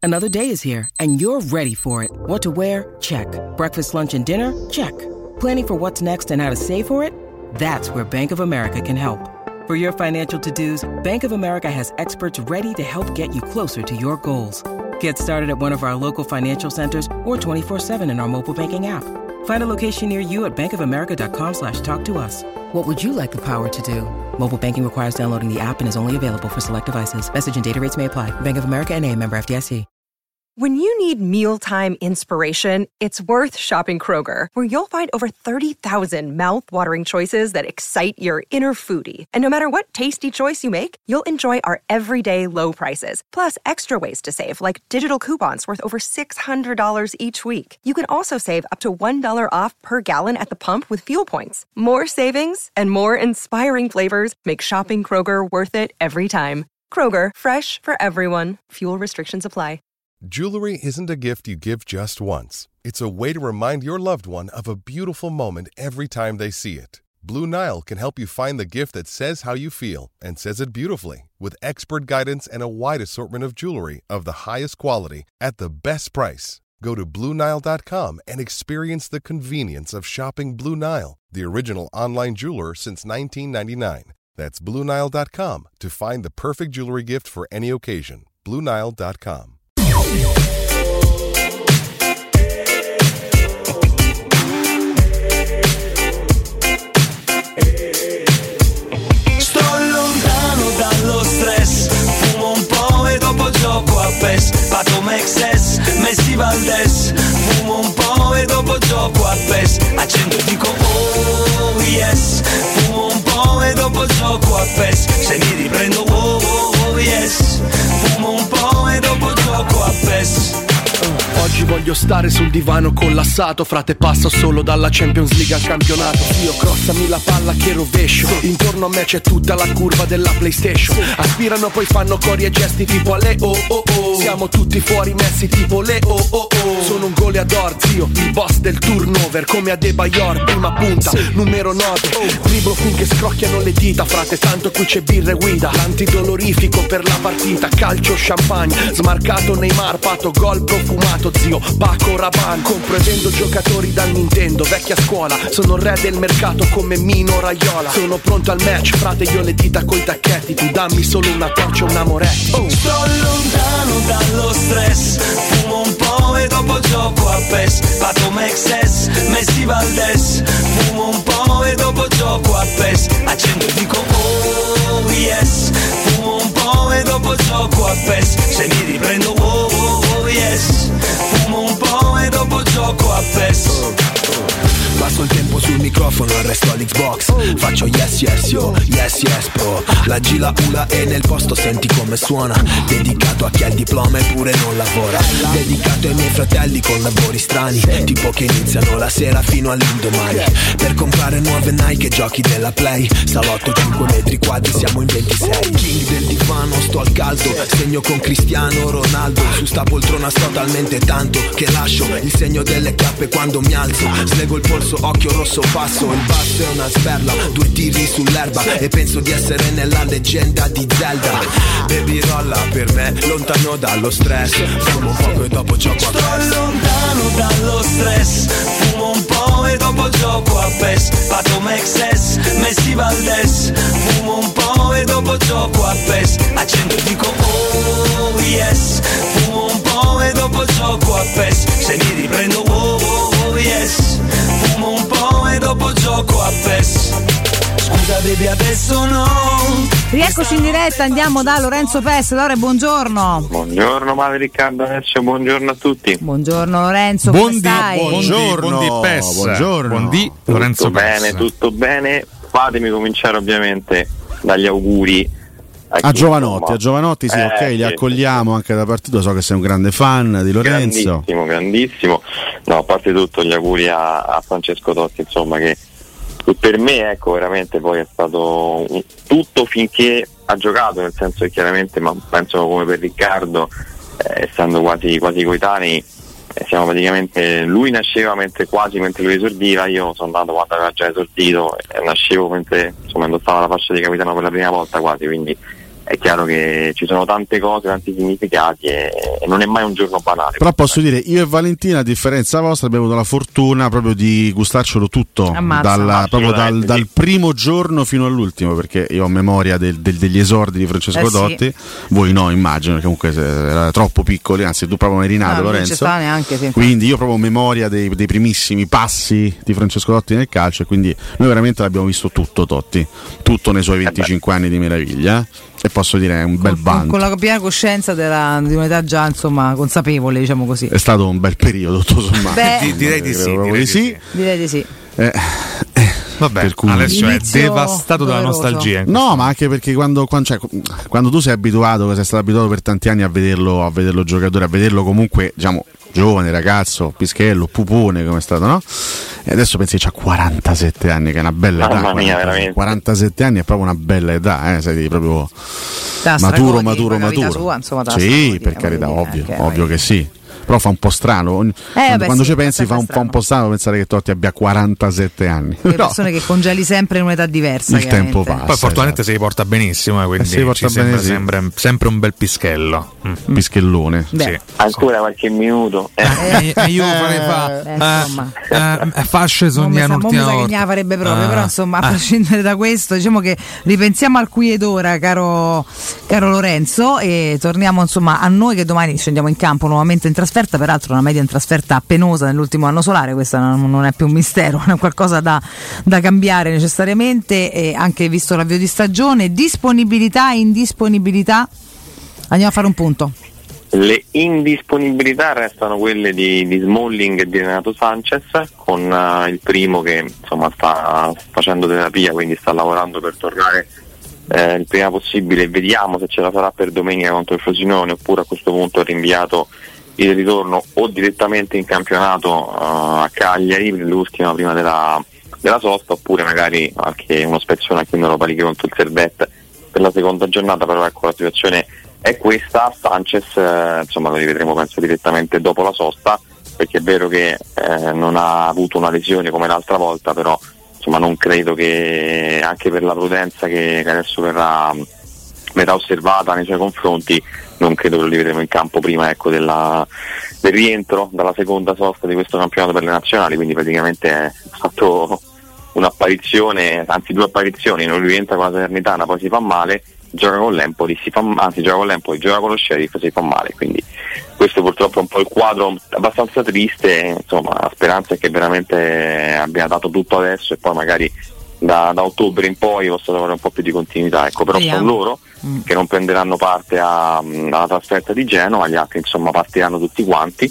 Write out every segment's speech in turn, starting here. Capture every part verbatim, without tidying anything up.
Another day is here, and you're ready for it. What to wear? Check. Breakfast, lunch, and dinner? Check. Planning for what's next and how to save for it? That's where Bank of America can help. For your financial to-dos, Bank of America has experts ready to help get you closer to your goals. Get started at one of our local financial centers or twenty-four seven in our mobile banking app. Find a location near you at bankofamerica.com slash talk to us. What would you like the power to do? Mobile banking requires downloading the app and is only available for select devices. Message and data rates may apply. Bank of America N A, member F D I C. When you need mealtime inspiration, it's worth shopping Kroger, where you'll find over thirty thousand mouth-watering choices that excite your inner foodie. And no matter what tasty choice you make, you'll enjoy our everyday low prices, plus extra ways to save, like digital coupons worth over six hundred dollars each week. You can also save up to one dollar off per gallon at the pump with fuel points. More savings and more inspiring flavors make shopping Kroger worth it every time. Kroger, fresh for everyone. Fuel restrictions apply. Jewelry isn't a gift you give just once. It's a way to remind your loved one of a beautiful moment every time they see it. Blue Nile can help you find the gift that says how you feel and says it beautifully, with expert guidance and a wide assortment of jewelry of the highest quality at the best price. Go to Blue Nile dot com and experience the convenience of shopping Blue Nile, the original online jeweler since nineteen ninety-nine. That's Blue Nile dot com to find the perfect jewelry gift for any occasion. Blue Nile dot com. Sto lontano dallo stress, fumo un po' e dopo gioco a P E S. Pato Mexes, Messi Valdes, fumo un po' e dopo gioco a P E S. Accendo e dico oh yes, fumo un po' e dopo gioco a P E S. Se mi riprendo oh, oh, oh yes, fumo un po' e dopo gioco a P E S. Oggi voglio stare sul divano collassato, frate, passo solo dalla Champions League al campionato. Io crossami la palla che rovescio, intorno a me c'è tutta la curva della PlayStation. Aspirano poi fanno cori e gesti tipo alle oh oh oh. Siamo tutti fuori messi tipo le oh oh oh. Sono un goleador, zio, il boss del turnover, come Adebayor, prima punta, numero nove. Dribblo finché scrocchiano le dita, frate, tanto qui c'è birra e guida. L'antidolorifico per la partita, calcio, champagne, smarcato Neymar, pato, gol profumato, zio, Paco Rabanne. Compro e vendo giocatori da Nintendo, vecchia scuola, sono il re del mercato come Mino Raiola. Sono pronto al match, frate, io le dita coi tacchetti, tu dammi solo una torcia e una Moretti. Oh. Sto lontano dallo stress, fumo un po' e dopo gioco a P E S. Pato Mexes, Messi Valdes, fumo un po' e dopo gioco a P E S. Accendo e dico oh yes, fumo un po' e dopo gioco a P E S. Se mi riprendo oh, oh, oh yes, fumo un po' e dopo gioco a P E S. Passo il tempo sul microfono e resto all'Xbox. Faccio yes yes yo, yes yes pro. La G, la U, la E nel posto, senti come suona. Dedicato a chi ha il diploma eppure non lavora. Dedicato ai miei fratelli con lavori strani, tipo che iniziano la sera fino all'indomani. Per comprare nuove Nike e giochi della Play. Salotto cinque metri quadri, siamo in ventisei. King del divano, sto al caldo. Segno con Cristiano Ronaldo. Su sta poltrona sto talmente tanto che lascio il segno delle chiappe quando mi alzo. Slego il polso, occhio rosso, passo. Il basso è una sperla, due tiri sull'erba e penso di essere nella leggenda di Zelda. Baby rolla per me, lontano dallo stress. Fumo un poco e dopo gioco a P E S. Sto lontano dallo stress, fumo un po' e dopo gioco a P E S. Pato Mexes, Messi Valdes, fumo un po' e dopo gioco a P E S. Accendo e dico oh yes, fumo un po' e dopo gioco a P E S. Se mi riprendo oh, oh, oh yes, fumo un po' e dopo gioco a P E S. Scusa baby adesso no. Rieccoci in diretta, andiamo da Lorenzo Pes. Lore, buongiorno. Buongiorno Male, Riccardo, Alessio, buongiorno a tutti. Buongiorno Lorenzo, come Buondì, stai? Buongiorno, buondì Pes. Buongiorno. Buondì Lorenzo tutto Pes. bene, tutto bene. Fatemi cominciare ovviamente dagli auguri a, a chi, Giovanotti, insomma, a Giovanotti sì, eh, ok, li sì, accogliamo anche da partito, so che sei un grande fan di Lorenzo. Grandissimo, grandissimo. No, a parte tutto gli auguri a, a Francesco Totti, insomma, che per me, ecco, veramente poi è stato un, tutto finché ha giocato, nel senso che chiaramente, ma penso come per Riccardo, eh, essendo quasi, quasi coetanei, eh, siamo praticamente, lui nasceva mentre quasi mentre lui esordiva, io sono andato quando aveva già esordito e nascevo mentre insomma indossava la fascia di capitano per la prima volta quasi, quindi è chiaro che ci sono tante cose, tanti significati e, e non è mai un giorno banale. Però posso dire, io e Valentina, a differenza vostra, abbiamo avuto la fortuna proprio di gustarcelo tutto, dalla, proprio dal, sì. dal primo giorno fino all'ultimo, perché io ho memoria del, del, degli esordi di Francesco eh Totti, sì. voi no, immagino, perché comunque era troppo piccoli, anzi tu proprio non eri nato, no, Lorenzo, non neanche, sì. Quindi io proprio ho memoria dei, dei primissimi passi di Francesco Totti nel calcio, e quindi noi veramente l'abbiamo visto tutto Totti, tutto nei suoi venticinque anni di meraviglia. E posso dire è un bel bando. Con la piena coscienza della, di un'età già insomma consapevole, diciamo così. È stato un bel periodo, tutto sommato. Beh, direi di sì, direi di sì. sì. Direi di sì. Eh, eh, Vabbè, per cui... Alessio è Inizio devastato dalla doloroso. nostalgia. No, ma anche perché quando, quando, cioè, quando tu sei abituato, sei stato abituato per tanti anni a vederlo, a vederlo giocatore, a vederlo comunque, diciamo, giovane, ragazzo, pischello, pupone come è stato, no? E adesso pensi che c'ha quarantasette anni, che è una bella età. Mamma mia, veramente. quarantasette anni è proprio una bella età, eh, sei proprio Da maturo, stragodi, maturo, la vita maturo. sua, insomma, da sì, stragodi, per carità, voglio ovvio, dire, ovvio che sì. Però fa un po' strano. Ogni- Eh, quando beh, quando sì, ci pensi fa un, sempre fa un po' strano pensare che Totti abbia quarantasette anni. Le Però persone che congeli sempre in un'età diversa. il tempo chiaramente. passa. Poi fortunatamente esatto. si porta benissimo, eh, quindi si porta ci bene, sembra sì. sempre, sempre un bel pischello. Mm. Pischellone. Beh, Sì. Ancora qualche minuto. Eh. Eh, eh, io farei fa Eh, eh, insomma. eh, eh, fasce Non mi sa- sognare non mi un'ultima sa che volta. ne farebbe proprio, Ah, però insomma, a ah. prescindere da questo, diciamo che ripensiamo al qui ed ora, caro, caro Lorenzo, e torniamo insomma a noi che domani scendiamo in campo nuovamente in trasferta, peraltro una media in trasferta penosa nell'ultimo anno solare, questo non, non è più un mistero, non è qualcosa da, da cambiare necessariamente, e anche visto l'avvio di stagione, disponibilità e indisponibilità, andiamo a fare un punto. Le indisponibilità restano quelle di, di Smalling e di Renato Sanchez, con uh, il primo che insomma sta facendo terapia, quindi sta lavorando per tornare eh, il prima possibile. Vediamo se ce la farà per domenica contro il Frosinone, oppure a questo punto è rinviato il ritorno o direttamente in campionato uh, a Cagliari, l'ultima prima della, della sosta, oppure magari anche uno spezzone anche in Europa League contro il Servette per la seconda giornata. Però ecco, la situazione è questa. Sanchez eh, insomma lo rivedremo penso direttamente dopo la sosta, perché è vero che eh, non ha avuto una lesione come l'altra volta, però insomma non credo che, anche per la prudenza che, che adesso verrà, verrà osservata nei suoi confronti, non credo che lo rivedremo in campo prima ecco, della, del rientro dalla seconda sosta di questo campionato per le nazionali. Quindi praticamente è fatto un'apparizione, anzi due apparizioni, non rientra con la Salernitana, poi si fa male, gioca con l'Empoli, si fa, anzi gioca con l'Empoli, gioca con lo Sheriff, si fa male. Quindi questo purtroppo è un po' il quadro abbastanza triste. Insomma, la speranza è che veramente abbia dato tutto adesso e poi magari da, da ottobre in poi possa trovare un po' più di continuità, ecco. Però Vediamo. sono loro mm. che non prenderanno parte a, alla trasferta di Genova, gli altri insomma partiranno tutti quanti,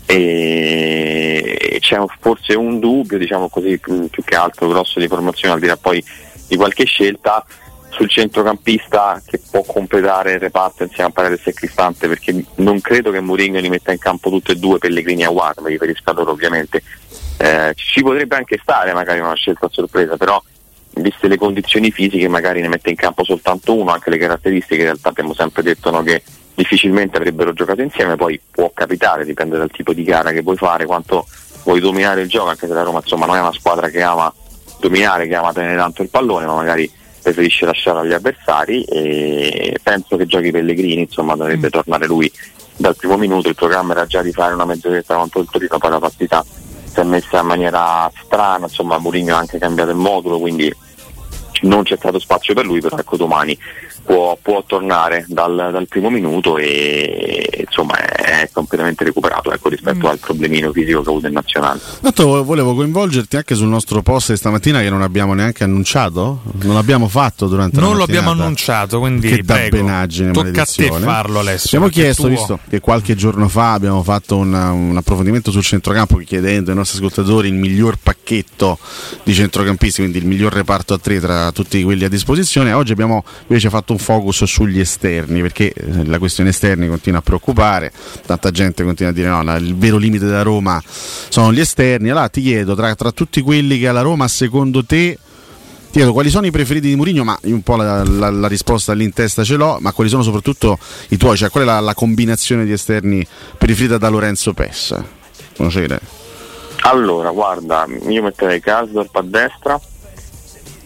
e c'è forse un dubbio, diciamo così, più, più che altro grosso di formazione, al di là poi di qualche scelta sul centrocampista che può completare il reparto insieme a Paredes e Cristante, perché non credo che Mourinho li metta in campo tutti e due, Pellegrini e Aouar, mi riferisco a loro ovviamente. Eh, ci potrebbe anche stare magari una scelta a sorpresa, però viste le condizioni fisiche magari ne mette in campo soltanto uno, anche le caratteristiche in realtà abbiamo sempre detto no, che difficilmente avrebbero giocato insieme. Poi può capitare, dipende dal tipo di gara che vuoi fare, quanto vuoi dominare il gioco, anche se la Roma insomma non è una squadra che ama dominare, che ama tenere tanto il pallone, ma magari preferisce lasciare agli avversari, e penso che giochi Pellegrini, insomma dovrebbe mm. tornare lui dal primo minuto. Il programma era già di fare una mezz'oretta contro il Torino, poi la partita si è messa in maniera strana, insomma Mourinho ha anche cambiato il modulo, quindi non c'è stato spazio per lui, però ecco domani può, può tornare dal, dal primo minuto e insomma è, è completamente recuperato ecco, rispetto mm. al problemino fisico che ha avuto in nazionale. Tanto volevo coinvolgerti anche sul nostro post di stamattina che non abbiamo neanche annunciato, non l'abbiamo fatto durante non la lo abbiamo mattinata. annunciato, quindi che prego, dabbenaggine, tocca a te maledizione. farlo Alessio. Abbiamo chiesto, tuo. visto che qualche giorno fa abbiamo fatto un, un approfondimento sul centrocampo, chiedendo ai nostri ascoltatori il miglior pacchetto di centrocampisti, quindi il miglior reparto a tre tra tutti quelli a disposizione. Oggi abbiamo invece fatto un focus sugli esterni, perché la questione esterni continua a preoccupare, tanta gente continua a dire no, il vero limite della Roma sono gli esterni. Allora ti chiedo, tra, tra tutti quelli che ha la Roma, secondo te, ti chiedo quali sono i preferiti di Mourinho, ma un po' la, la, la risposta lì in testa ce l'ho, ma quali sono soprattutto i tuoi, cioè qual è la, la combinazione di esterni preferita da Lorenzo Pes? Conoscete? Allora guarda, io metterei Karsdorp a destra,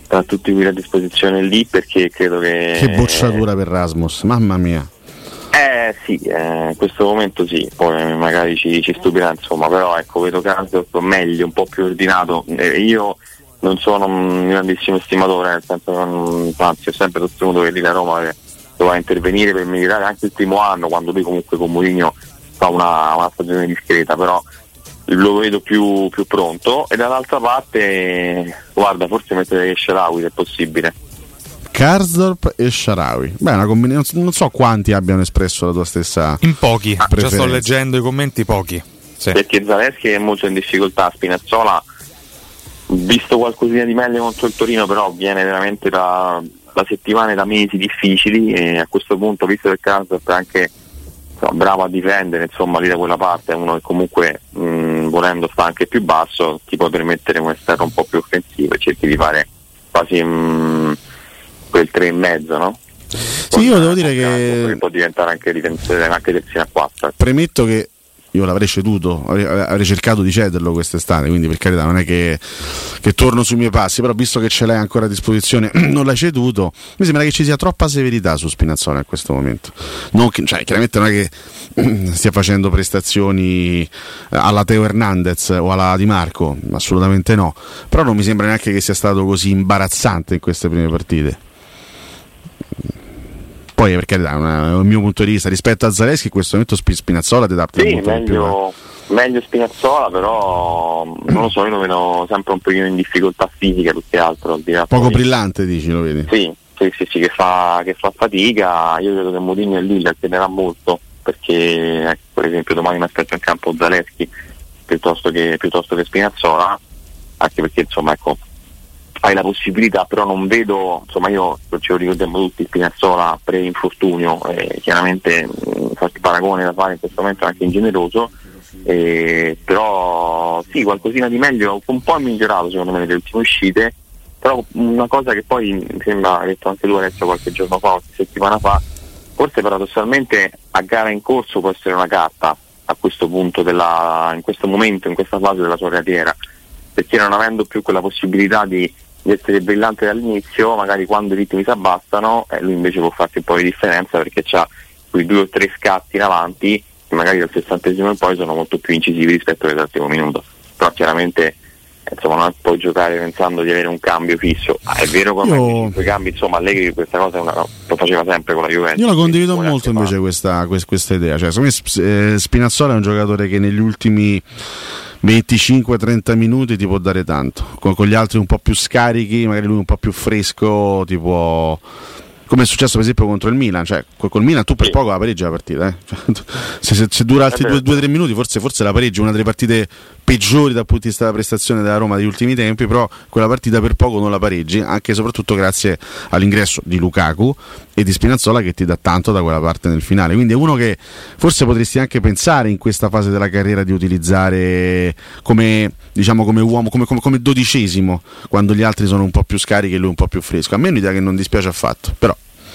tra tutti quelli a disposizione lì, perché credo che che bocciatura per Rasmus, mamma mia. Eh sì, eh, in questo momento sì, poi magari ci, ci stupirà, insomma, però ecco, vedo Karsdorp meglio, un po' più ordinato. Eh, io non sono un grandissimo estimatore, nel senso che non, anzi ho sempre sostenuto che lì la Roma doveva intervenire per migliorare anche il primo anno, quando lui comunque con Mourinho fa una, una stagione discreta, però lo vedo più, più pronto. E dall'altra parte, guarda, forse mettere Shaarawy se è possibile. Karsdorp e Shaarawy, beh, una combinazione, non so quanti abbiano espresso la tua stessa in pochi, ah, preferenza. Già sto leggendo i commenti, pochi, sì. Perché Zalewski è molto in difficoltà, Spinazzola visto qualcosina di meglio contro il Torino, però viene veramente da, da settimane, da mesi difficili, e a questo punto, visto che Karsdorp è anche insomma, bravo a difendere, insomma lì da quella parte è uno che comunque mh, volendo sta anche più basso, ti può permettere un esterno un po' più offensivo e cerchi di fare quasi mh, quel tre e mezzo, no? Sì, Con, io devo dire che... che può diventare anche difensore, anche terzina a quattro. Premetto che io l'avrei ceduto, avrei, avrei cercato di cederlo quest'estate, quindi per carità non è che, che torno sui miei passi, però visto che ce l'hai ancora a disposizione non l'hai ceduto, mi sembra che ci sia troppa severità su Spinazzola in questo momento. Non che, cioè, chiaramente non è che stia facendo prestazioni alla Teo Hernandez o alla Di Marco, assolutamente no, però non mi sembra neanche che sia stato così imbarazzante in queste prime partite. Poi per carità, è un mio punto di vista rispetto a Zalewski in questo momento Spinazzola ti dà sì, molto meglio, più, meglio Spinazzola, però non lo so, io lo vedo sempre un pochino in difficoltà fisica più che altro, al di là poco poi, brillante, dici, lo vedi? Sì, sì, sì, sì, che fa, che fa fatica. Io credo che Mourinho e Lille alternerà molto, perché ecco, per esempio domani mi aspetto in campo Zalewski piuttosto che, piuttosto che Spinazzola, anche perché insomma ecco hai la possibilità, però non vedo, insomma io ce lo ricordiamo tutti, Spinazzola pre-infortunio, eh, chiaramente mh, qualche paragone da fare in questo momento anche ingeneroso, eh, però sì, qualcosina di meglio, un po' migliorato secondo me nelle ultime uscite, però una cosa che poi mi sembra, ha detto anche tu adesso qualche giorno fa, qualche settimana fa, forse paradossalmente a gara in corso può essere una carta a questo punto della, in questo momento, in questa fase della sua carriera, perché non avendo più quella possibilità di di essere brillante dall'inizio, magari quando i ritmi si abbassano, eh, lui invece può farsi un po' di differenza, perché c'ha quei due o tre scatti in avanti che magari dal sessantesimo in poi sono molto più incisivi rispetto al settimo minuto. Però chiaramente eh, insomma non puoi giocare pensando di avere un cambio fisso. Ah, è vero come io... cinque cambi, insomma Allegri questa cosa è una, lo faceva sempre con la Juventus. Io la condivido molto invece questa, questa, questa idea, cioè secondo me Spinazzola è un giocatore che negli ultimi venticinque trenta minuti ti può dare tanto, con, con gli altri un po' più scarichi, magari lui un po' più fresco, ti può, come è successo per esempio contro il Milan, cioè col Milan tu per sì. poco la pareggi la partita, eh? Cioè, se, se, se dura altri due tre minuti forse, forse la pareggi, una delle partite peggiori dal punto di vista della prestazione della Roma degli ultimi tempi, però quella partita per poco non la pareggi, anche e soprattutto grazie all'ingresso di Lukaku e di Spinazzola che ti dà tanto da quella parte nel finale, quindi è uno che forse potresti anche pensare in questa fase della carriera di utilizzare come, diciamo, come uomo, come, come, come dodicesimo, quando gli altri sono un po' più scarichi e lui un po' più fresco. A me è un'idea che non dispiace affatto, però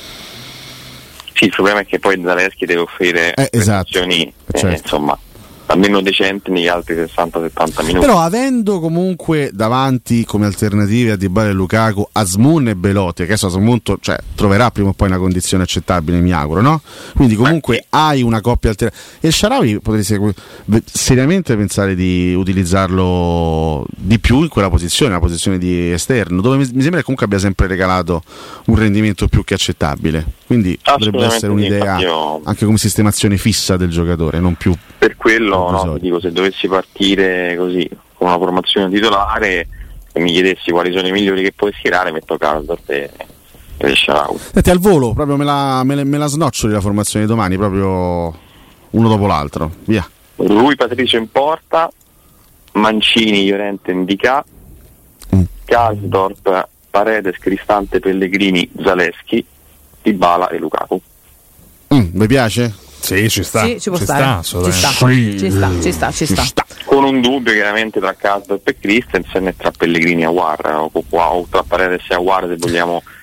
sì, il problema è che poi Zalewski deve offrire eh, esatto. prestazioni eh, certo. insomma almeno decenti negli altri sessanta settanta minuti. Però avendo comunque davanti come alternative a Dybala e Lukaku Azmoun e Belotti, che adesso Azmoun cioè, troverà prima o poi una condizione accettabile, mi auguro, no? Quindi comunque Beh, hai una coppia alternativa. E Shaarawy potresti seriamente pensare di utilizzarlo di più in quella posizione, una posizione di esterno, dove mi sembra che comunque abbia sempre regalato un rendimento più che accettabile. Quindi dovrebbe essere un'idea io... anche come sistemazione fissa del giocatore, non più per quello, no, ti dico, se dovessi partire così con una formazione titolare e mi chiedessi quali sono i migliori che puoi schierare, metto Karsdorp e, e Shaarawy. Senti, al volo, proprio me la, me, me la snoccioli la formazione di domani, proprio uno dopo l'altro, via. Rui Patricio in porta, Mancini, Llorente, Ndicà, mm. Karsdorp, Paredes, Cristante, Pellegrini, Zalewski, Dybala e Lukaku. Mm, vi piace? Sì, ci sta. Sì, ci può ci stare. Sta, ci, sta. Sì. ci sta, ci sta, ci sta, ci sta. Con un dubbio chiaramente tra Karsdorp e Christensen e tra Pellegrini e Aouar, o, o tra Paredes e Aouar se vogliamo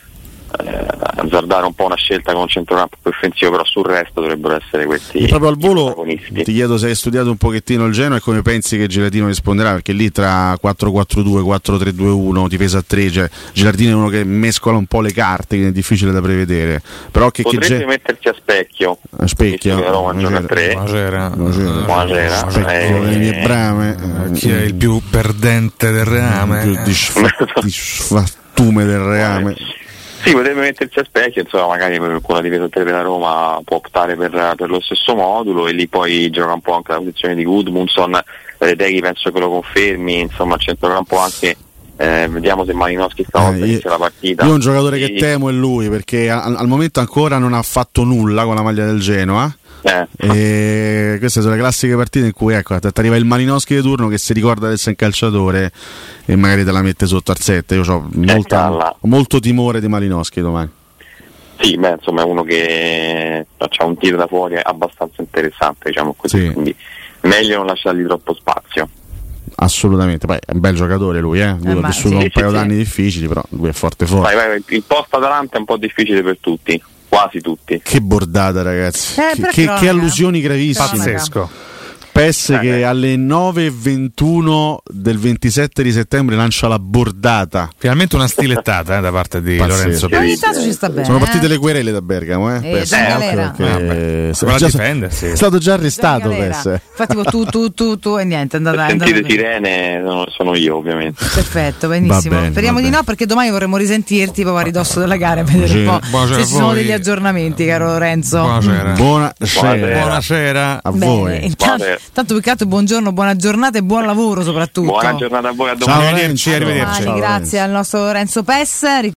eh, azzardare un po' una scelta con un centrocampo più offensivo, però sul resto dovrebbero essere questi. E proprio al volo ti chiedo se hai studiato un pochettino il Genoa e come pensi che Gilardino risponderà, perché lì tra quattro quattro due, quattro tre due uno, difesa a tre, cioè Gilardino è uno che mescola un po' le carte, quindi è difficile da prevedere. Però che potrebbe che mettersi a specchio, a specchio, che Roma gioca a tre, buonasera, buonasera, specchio delle mie brame, eh, chi è il più perdente del reame, il più disfattume del reame. Sì, potrebbe mettersi a specchio, insomma, magari con la difesa tre della Roma può optare per, per lo stesso modulo, e lì poi gioca un po' anche la posizione di Gudmundsson. Reteghi penso che lo confermi, insomma, al centrocampo anche. Eh, vediamo se Malinowski stavolta eh, inizia la partita. Io un giocatore e... che temo è lui, perché al, al momento ancora non ha fatto nulla con la maglia del Genoa. Eh. E queste sono le classiche partite in cui ecco, ti arriva il Malinowski di turno che si ricorda di essere un calciatore e magari te la mette sotto al sette. Io ho molto, molto timore di Malinowski domani. Sì, beh, insomma è uno che ha un tiro da fuori abbastanza interessante, diciamo così, sì. Quindi meglio non lasciargli troppo spazio. Assolutamente, poi è un bel giocatore lui, eh? Lui eh, ha vissuto sì, un paio sì, d'anni sì. difficili, però lui è forte forte. Vai, vai, il post Atalanta è un po' difficile per tutti. Quasi tutti. Che bordata, ragazzi. Eh, che, che, che allusioni gravissime. Pazzesco. P E S che alle nove e ventuno del ventisette di settembre lancia la bordata. Finalmente una stilettata eh, da parte di Pazzesco. Lorenzo Pizzi. Ci sta bene, sono partite eh? le querele da Bergamo, eh? Eh, P E S, in galera. Che, che ah, già difendersi. è stato già arrestato P E S. Infatti tu tu tu tu e niente, è andata. Sentite sirene sono, sono io, ovviamente. Perfetto, benissimo. Bene, speriamo di no, perché domani vorremmo risentirti proprio a ridosso della gara e vedere un po' buonasera se ci sono degli aggiornamenti, caro Lorenzo. Buonasera. Buonasera. Buonasera A Bene, voi. Intanto, tanto più che altro buongiorno, buona giornata e buon lavoro soprattutto. Buona giornata a voi, a domani. Ciao, arrivederci, arrivederci. Grazie al nostro Lorenzo P E S.